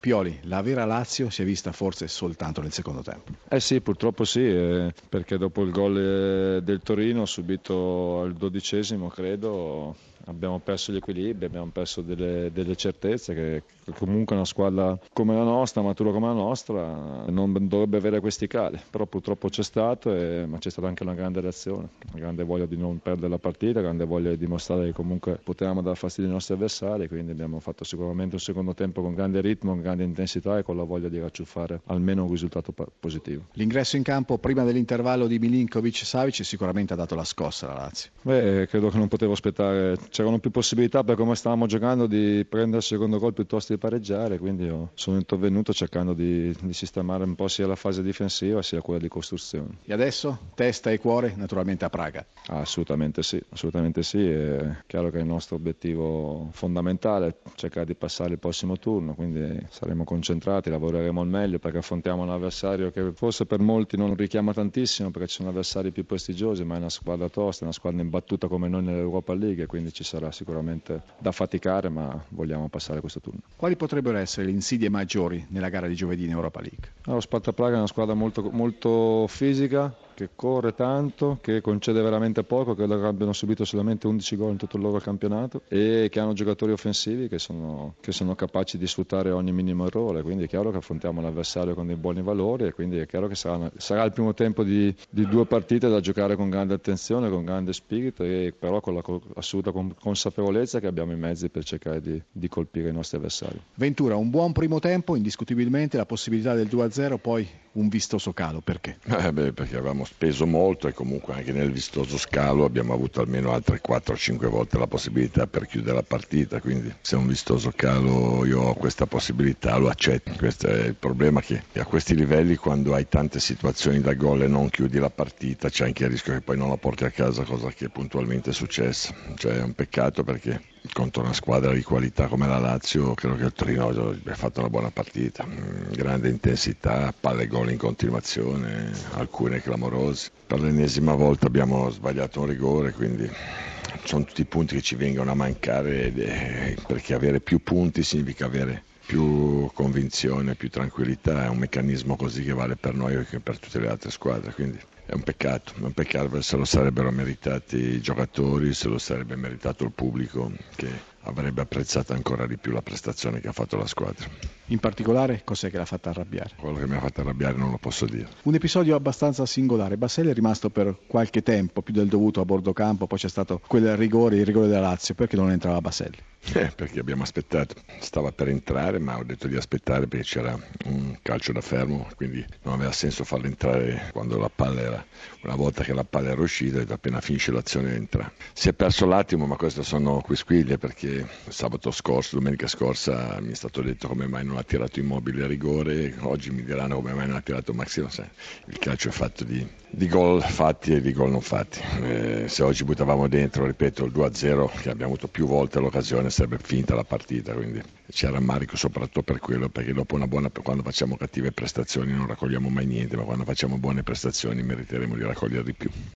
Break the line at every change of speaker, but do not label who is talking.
Pioli, la vera Lazio si è vista forse soltanto nel secondo tempo.
Eh sì, purtroppo sì, perché dopo il gol del Torino, subito al 12°, credo, abbiamo perso gli equilibri, abbiamo perso delle certezze che comunque una squadra come la nostra, matura come la nostra, non dovrebbe avere questi cali, però purtroppo c'è stato, ma c'è stata anche una grande reazione, una grande voglia di non perdere la partita, grande voglia di dimostrare che comunque potevamo dar fastidio ai nostri avversari, quindi abbiamo fatto sicuramente un secondo tempo con grande ritmo, con grande intensità e con la voglia di racciuffare almeno un risultato positivo.
L'ingresso in campo prima dell'intervallo di Milinkovic-Savic sicuramente ha dato la scossa alla Lazio.
Beh, credo che non potevo aspettare, c'erano più possibilità per come stavamo giocando di prendere il secondo gol piuttosto di pareggiare, quindi io sono intervenuto cercando di sistemare un po' sia la fase difensiva sia quella di costruzione.
E adesso testa e cuore naturalmente a Praga.
Assolutamente sì, è chiaro che è il nostro obiettivo fondamentale cercare di passare il prossimo turno, quindi saremo concentrati, lavoreremo al meglio perché affrontiamo un avversario che forse per molti non richiama tantissimo perché ci sono avversari più prestigiosi, ma è una squadra tosta, una squadra imbattuta come noi nell'Europa League, quindi ci sarà sicuramente da faticare, ma vogliamo passare questo turno.
Quali potrebbero essere le insidie maggiori nella gara di giovedì in Europa League?
Lo Sparta Praga è una squadra molto fisica, che corre tanto, che concede veramente poco, credo che abbiano subito solamente 11 gol in tutto il loro campionato e che hanno giocatori offensivi che sono capaci di sfruttare ogni minimo errore, quindi è chiaro che affrontiamo l'avversario con dei buoni valori e quindi è chiaro che sarà il primo tempo di due partite da giocare con grande attenzione, con grande spirito e però con la assoluta consapevolezza che abbiamo i mezzi per cercare di colpire i nostri avversari.
Ventura, un buon primo tempo, indiscutibilmente la possibilità del 2-0, poi un vistoso calo, perché?
Perché avevamo speso molto e comunque anche nel vistoso scalo abbiamo avuto almeno altre 4-5 volte la possibilità per chiudere la partita, quindi se è un vistoso calo io ho questa possibilità, lo accetto. Questo è il problema, che a questi livelli quando hai tante situazioni da gol e non chiudi la partita c'è anche il rischio che poi non la porti a casa, cosa che puntualmente è successa, cioè è un peccato perché contro una squadra di qualità come la Lazio credo che il Torino abbia fatto una buona partita, grande intensità, palle e gol in continuazione, alcune clamorose. Per l'ennesima volta abbiamo sbagliato un rigore, quindi sono tutti punti che ci vengono a mancare perché avere più punti significa avere più convinzione, più tranquillità, è un meccanismo così che vale per noi che per tutte le altre squadre, quindi è un peccato perché se lo sarebbero meritati i giocatori, se lo sarebbe meritato il pubblico che avrebbe apprezzato ancora di più la prestazione che ha fatto la squadra.
In particolare, cos'è che l'ha fatta arrabbiare?
Quello che mi ha fatto arrabbiare non lo posso dire.
Un episodio abbastanza singolare. Baselli è rimasto per qualche tempo, più del dovuto, a bordo campo, poi c'è stato il rigore della Lazio. Perché non entrava Baselli?
Perché abbiamo aspettato, stava per entrare ma ho detto di aspettare perché c'era un calcio da fermo, quindi non aveva senso farlo entrare quando la palla era, una volta che la palla era uscita e appena finisce l'azione entra. Si è perso l'attimo, ma queste sono quisquiglie perché domenica scorsa mi è stato detto come mai non ha tirato Immobile a rigore, oggi mi diranno come mai non ha tirato Maxi, il calcio è fatto di gol fatti e di gol non fatti. Se oggi buttavamo dentro, ripeto, il 2-0 che abbiamo avuto più volte l'occasione sarebbe finta la partita, quindi c'è rammarico soprattutto per quello, perché dopo quando facciamo cattive prestazioni non raccogliamo mai niente, ma quando facciamo buone prestazioni meriteremo di raccogliere di più.